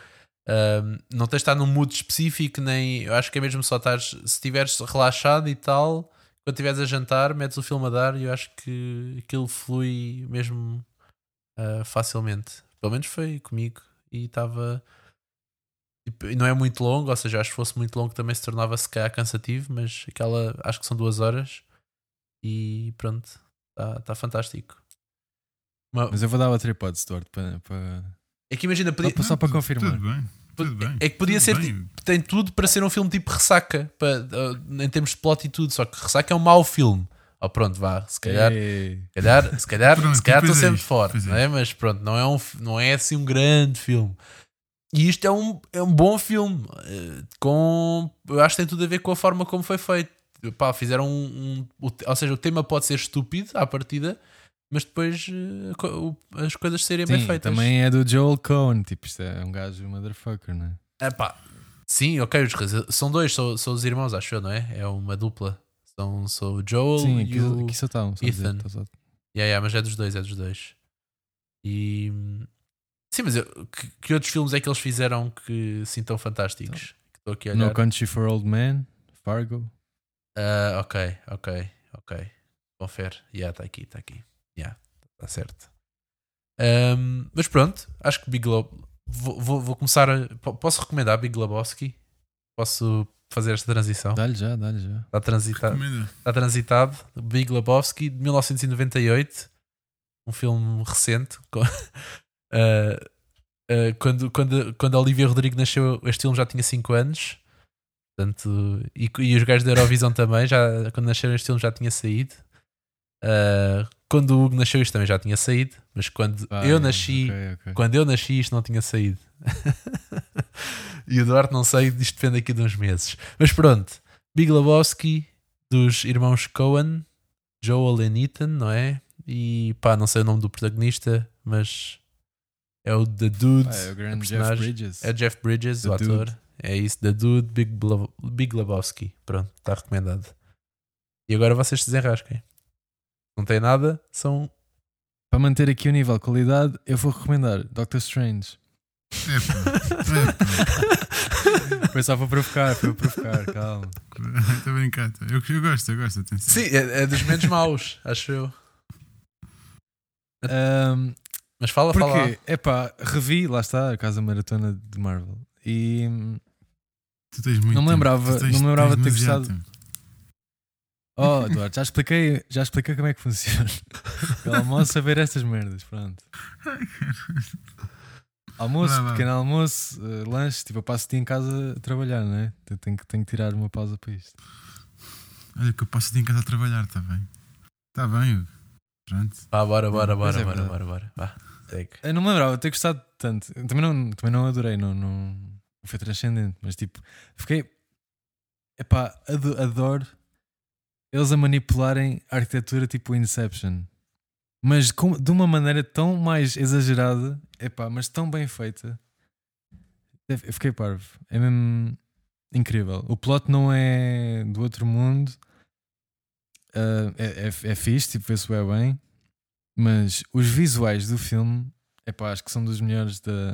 Não tens de estar num mood específico, nem. Eu acho que é mesmo só estar. Se estiveres relaxado e tal, quando estiveres a jantar, metes o filme a dar e eu acho que aquilo flui mesmo facilmente. Pelo menos foi comigo e estava. Tipo, e não é muito longo, ou seja, acho que fosse muito longo também se tornava se calhar cansativo, mas aquela acho que são 2 horas e pronto, está fantástico. Mas eu vou dar outra hipótese, Duarte, para É que imagina, só para confirmar. Tudo bem. Tudo bem. é que podia tudo ser bem. tipo, tem tudo para ser um filme tipo Ressaca, em termos de plot e tudo, só que Ressaca é um mau filme. Oh, pronto, vá, se calhar Ei. Pronto, se calhar pois estou é sempre isto, fora, pois é. não é? Mas pronto, não é assim um grande filme. E isto é um bom filme, eu acho que tem tudo a ver com a forma como foi feito. Pá, fizeram ou seja, o tema pode ser estúpido à partida, mas depois as coisas serem bem Sim, feitas. também é do Joel Cohen. Tipo, isto é um gajo motherfucker, não é? Sim, ok, são dois, são os irmãos, acho eu, não é? É uma dupla. São o Joel Sim, e o aqui só está um. Ethan. Mas é dos dois. E sim, mas que outros filmes é que eles fizeram que assim tão fantásticos? Que estou aqui a olhar. No Country for Old Men, Fargo. Ok. Confere. Está aqui. Está certo. Mas pronto, acho que Big Lob. Vou começar posso recomendar Big Lebowski? Posso fazer esta transição? Dá-lhe já. Está transitado. Big Lebowski de 1998, um filme recente. Quando a Olivia Rodrigo nasceu, este filme já tinha 5 anos. Portanto, e os gajos da Eurovisão também, quando nasceram, este filme já tinha saído. Quando o Hugo nasceu, isto também já tinha saído. Mas quando eu nasci, isto não tinha saído. E o Duarte não sei, isto depende aqui de uns meses. Mas pronto, Big Lebowski dos irmãos Coen, Joel e Ethan, não é? E pá, não sei o nome do protagonista, mas é o The Dude, é o grande a Jeff personagem. Bridges. É Jeff Bridges, The o ator. Dude. É isso, The Dude, Big Lebowski. Pronto, está recomendado. E agora vocês se desenrasquem. Não tem nada, são. Para manter aqui o nível de qualidade, eu vou recomendar Doctor Strange. Foi só para provocar, calma. Estou a brincar. Eu gosto, atenção. Sim, é dos menos maus, acho eu. Mas fala. Porque, revi, lá está, a Casa Maratona de Marvel. E Tu tens muito não me lembrava tempo. de ter demasiado gostado. tempo. Oh, Eduardo, já expliquei como é que funciona. Eu almoço a ver estas merdas, pronto. Almoço, Vai. pequeno almoço, lanche, tipo, eu passo o dia em casa a trabalhar, não é? Eu tenho que tirar uma pausa para isto. Olha que eu passo o dia em casa a trabalhar, está bem? Está bem, Hugo. Pronto. Vá, bora. Vá, segue. Eu não me lembrava de ter gostado tanto. Eu também não adorei, não foi transcendente, mas tipo, fiquei. Epá, adoro eles a manipularem a arquitetura tipo Inception. Mas de uma maneira tão mais exagerada, epá, mas tão bem feita. Eu fiquei parvo. É mesmo incrível. O plot não é do outro mundo. É fixe, tipo, vê-se bem. Mas os visuais do filme, epá, acho que são dos melhores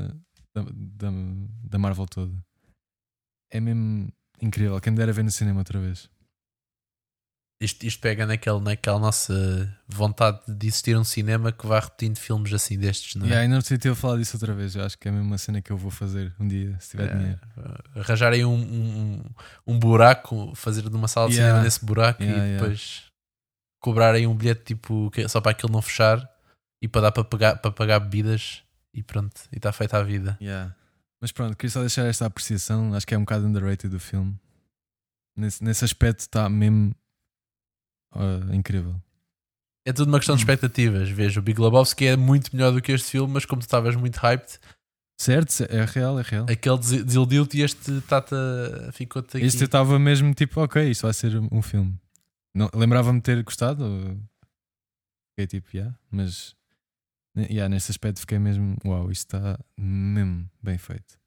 da Marvel toda. É mesmo incrível. Quem me dera ver no cinema outra vez. Isto pega naquela nossa vontade de existir um cinema que vá repetindo filmes assim destes, não é? Ainda não sei ter falar disso outra vez. Eu acho que é mesmo uma cena que eu vou fazer um dia, se tiver dinheiro. Arranjarem um buraco, fazer de uma sala de cinema nesse buraco e depois cobrarem um bilhete tipo só para aquilo não fechar e para dar para pagar bebidas e pronto, e está feita a vida. Mas pronto, queria só deixar esta apreciação. Acho que é um bocado underrated do filme. Nesse aspecto está mesmo incrível. É tudo uma questão de expectativas. Veja, o Big Lebowski é muito melhor do que este filme, mas como tu estavas muito hyped, certo, é real. Aquele desiludiu-te e este Tata ficou-te aqui. Este eu estava mesmo tipo, ok, isto vai ser um filme. Não, lembrava-me ter gostado. Fiquei tipo, mas nesse aspecto fiquei mesmo, uau, isto está mesmo bem feito.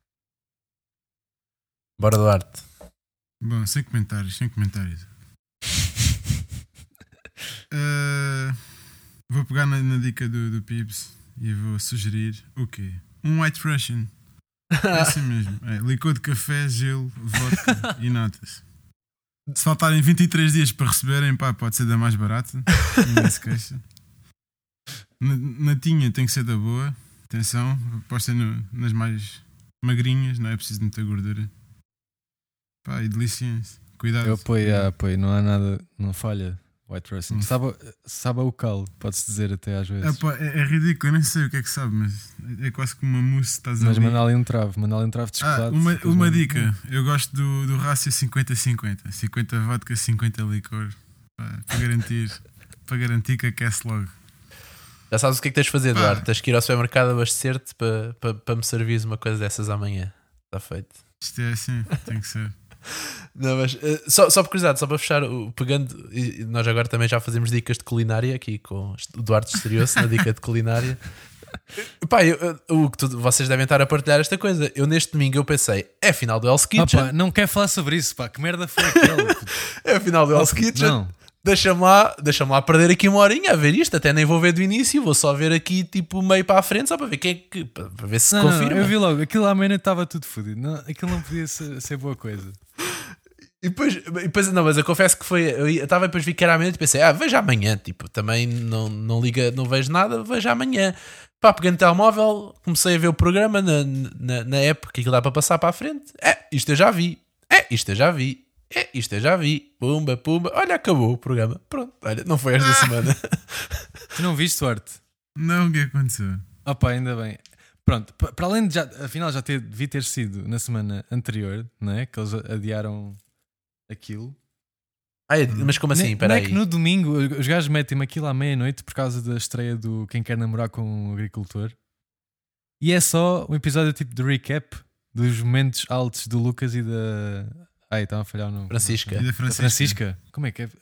Bora, Duarte. Bom, sem comentários. Vou pegar na dica do Pips e vou sugerir o quê? Um White Russian. É assim mesmo. Licor de café, gelo, vodka e notas. Se faltarem 23 dias para receberem, pá, pode ser da mais barata. Ninguém se queixa. Natinha tem que ser da boa. Atenção, pode ser nas mais magrinhas, não é preciso muita gordura. Pá, e deliciem-se. Cuidado. Eu apoio. Não há nada, não falha. White Russian. Sabe o cal, pode-se dizer até às vezes. É ridículo, eu nem sei o que é que sabe, mas é quase como uma mousse. Estás mas ali. manda ali um travo de chocolate. Uma dica, eu gosto do rácio 50-50. 50 vodka, 50 licor. Para garantir que aquece logo. Já sabes o que é que tens de fazer, Eduardo? Tens que ir ao supermercado abastecer-te para me servires uma coisa dessas amanhã. Está feito. Isto é assim, tem que ser. Não, mas só por curiosidade, só para fechar, pegando, nós agora também já fazemos dicas de culinária aqui com o Duarte estreou-se na dica de culinária. Pá, vocês devem estar a partilhar esta coisa. Eu neste domingo eu pensei, é a final do Hell's Kitchen. Pá, não quero falar sobre isso, pá, que merda foi aquele? É a final do Hell's Kitchen. Não. Deixa-me lá perder aqui uma horinha a ver isto, até nem vou ver do início, vou só ver aqui tipo meio para a frente, só para ver quem é que, para ver se confirma. Eu vi logo, aquilo à meia estava tudo fodido, aquilo não podia ser boa coisa. E depois não, mas eu confesso que foi. Eu estava depois vi que era amanhã e pensei, vejo amanhã, tipo, também não liga, não vejo nada, vejo amanhã. Pá, peguei no telemóvel, comecei a ver o programa na app, que aquilo dá para passar para a frente. Isto eu já vi. Isto eu já vi. Pumba. Olha, acabou o programa. Pronto, olha, não foi esta semana. Tu não viste, Duarte? Não, o que aconteceu? Pá, ainda bem. Pronto, para além de afinal já devia ter sido na semana anterior, não é? Que eles adiaram aquilo. Mas como assim? Não é que no domingo os gajos metem-me aquilo à meia-noite por causa da estreia do Quem Quer Namorar com um Agricultor. E é só um episódio tipo de recap dos momentos altos do Lucas e da... estava a falhar o nome. Francisca. E da Francisca. Como é que é?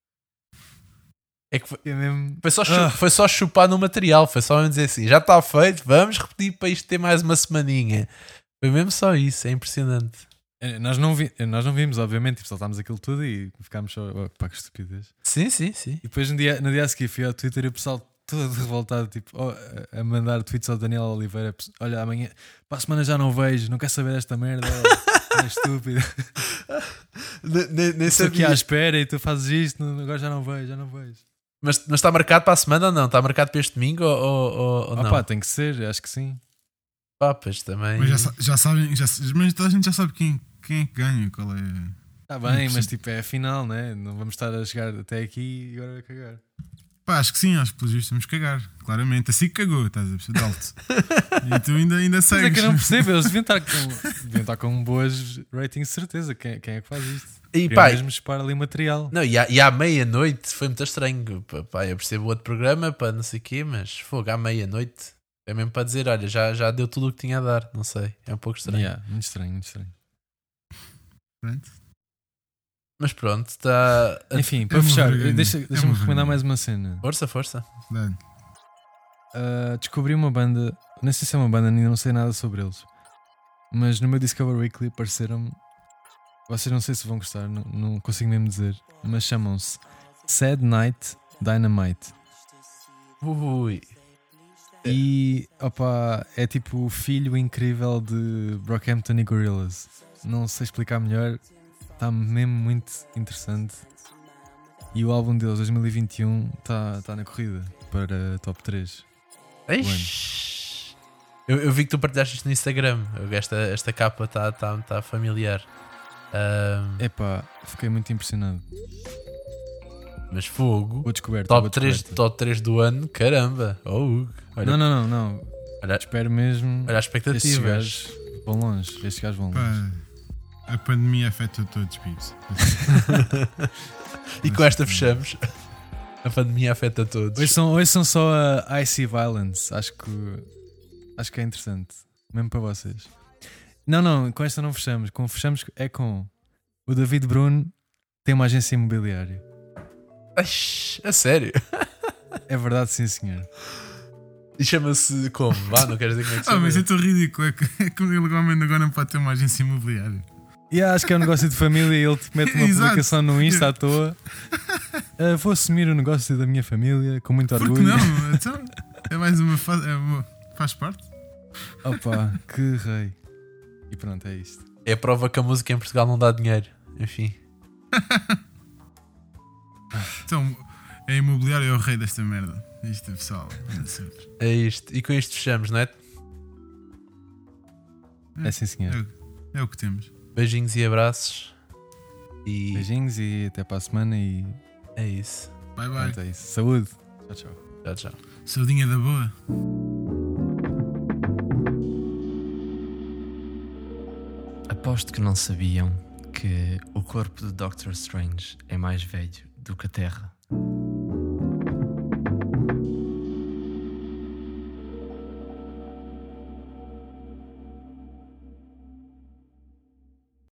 É que foi só chupar no material. Foi só mesmo dizer assim, já está feito, vamos repetir para isto ter mais uma semaninha. Foi mesmo só isso, é impressionante. Nós não vimos, obviamente, tipo, saltámos aquilo tudo e ficámos só, pá, que estupidez. Sim. E depois no dia a seguir fui ao Twitter e o pessoal todo revoltado, tipo, a mandar tweets ao Daniel Oliveira: olha, amanhã, para a semana já não vejo, não quero saber desta merda, é estúpido. Nem estou aqui à espera e tu fazes isto, agora já não vejo. Mas está marcado para a semana ou não? Está marcado para este domingo ou não? Pá, tem que ser, acho que sim. Papas também. Mas já sabem, mas toda a gente já sabe quem é que ganha, qual é. Está bem, mas tipo, é a final, né? Não vamos estar a chegar até aqui e agora vai cagar. Pá, acho que sim, acho que pelos vistos vamos cagar, claramente. Assim que cagou, estás a perceber de alto. E tu ainda segues. Mas é que eu não percebo, eles deviam estar com boas ratings, certeza. Quem é que faz isto? E pá, mesmo chupar ali material. Não, e à meia-noite foi muito estranho. Pá, eu percebo outro programa, para não sei o quê, mas fogo, à meia-noite é mesmo para dizer: olha, já deu tudo o que tinha a dar. Não sei, é um pouco estranho. Muito estranho. Pronto. Mas pronto, está. Enfim, É para uma fechar, vergonha. deixa-me É uma recomendar vergonha. mais uma cena. Força. Dá-lhe. Descobri uma banda, não sei se é uma banda, ainda não sei nada sobre eles, mas no meu Discover Weekly apareceram-me. Vocês não sei se vão gostar, não consigo mesmo dizer, mas chamam-se Sad Night Dynamite. Ui. E opa, é tipo o filho incrível de Brockhampton e Gorillaz. Não sei explicar melhor, está mesmo muito interessante. E o álbum deles, 2021, está na corrida para top 3. Eish. Eu vi que tu partilhaste isto no Instagram. Esta capa está familiar. Epá, fiquei muito impressionado. Mas fogo. Boa descoberta. Top boa 3, descoberta. top 3 do ano, caramba. Oh, Hugo. Olha, Não. Olha, Espero mesmo. olha as Estes expectativas. gajos vão longe. Estes gajos vão longe. Pá, a pandemia afeta todos, Pibs. E com esta fechamos. A pandemia afeta todos. Hoje são só a Icy Violence. Acho que é interessante. Mesmo para vocês. Não, com esta não fechamos. Fechamos é com o David Bruno, tem uma agência imobiliária. Aish, a sério? É verdade, sim, senhor. E chama-se como? Não queres dizer como é que se Ah, chama? mas é tão ridículo. É que legalmente agora não pode ter uma agência imobiliária. E acho que é um negócio de família e ele te mete uma Exato. publicação no Insta à toa. Vou assumir o negócio da minha família com muito Porque orgulho. não? Então, é mais uma fase. Faz parte. Opa, que rei. E pronto, é isto. É a prova que a música em Portugal não dá dinheiro. Enfim. Então, a imobiliária é o rei desta merda. Isto, pessoal. É sempre. É isto. E com isto fechamos, não é? É sim, senhor. É o que temos. Beijinhos e abraços. E Beijinhos e até para a semana. E é isso. Bye bye. pronto, é isso. Saúde. Tchau. Tchau. Saudinha da boa. Aposto que não sabiam que o corpo de Doctor Strange é mais velho do que a Terra.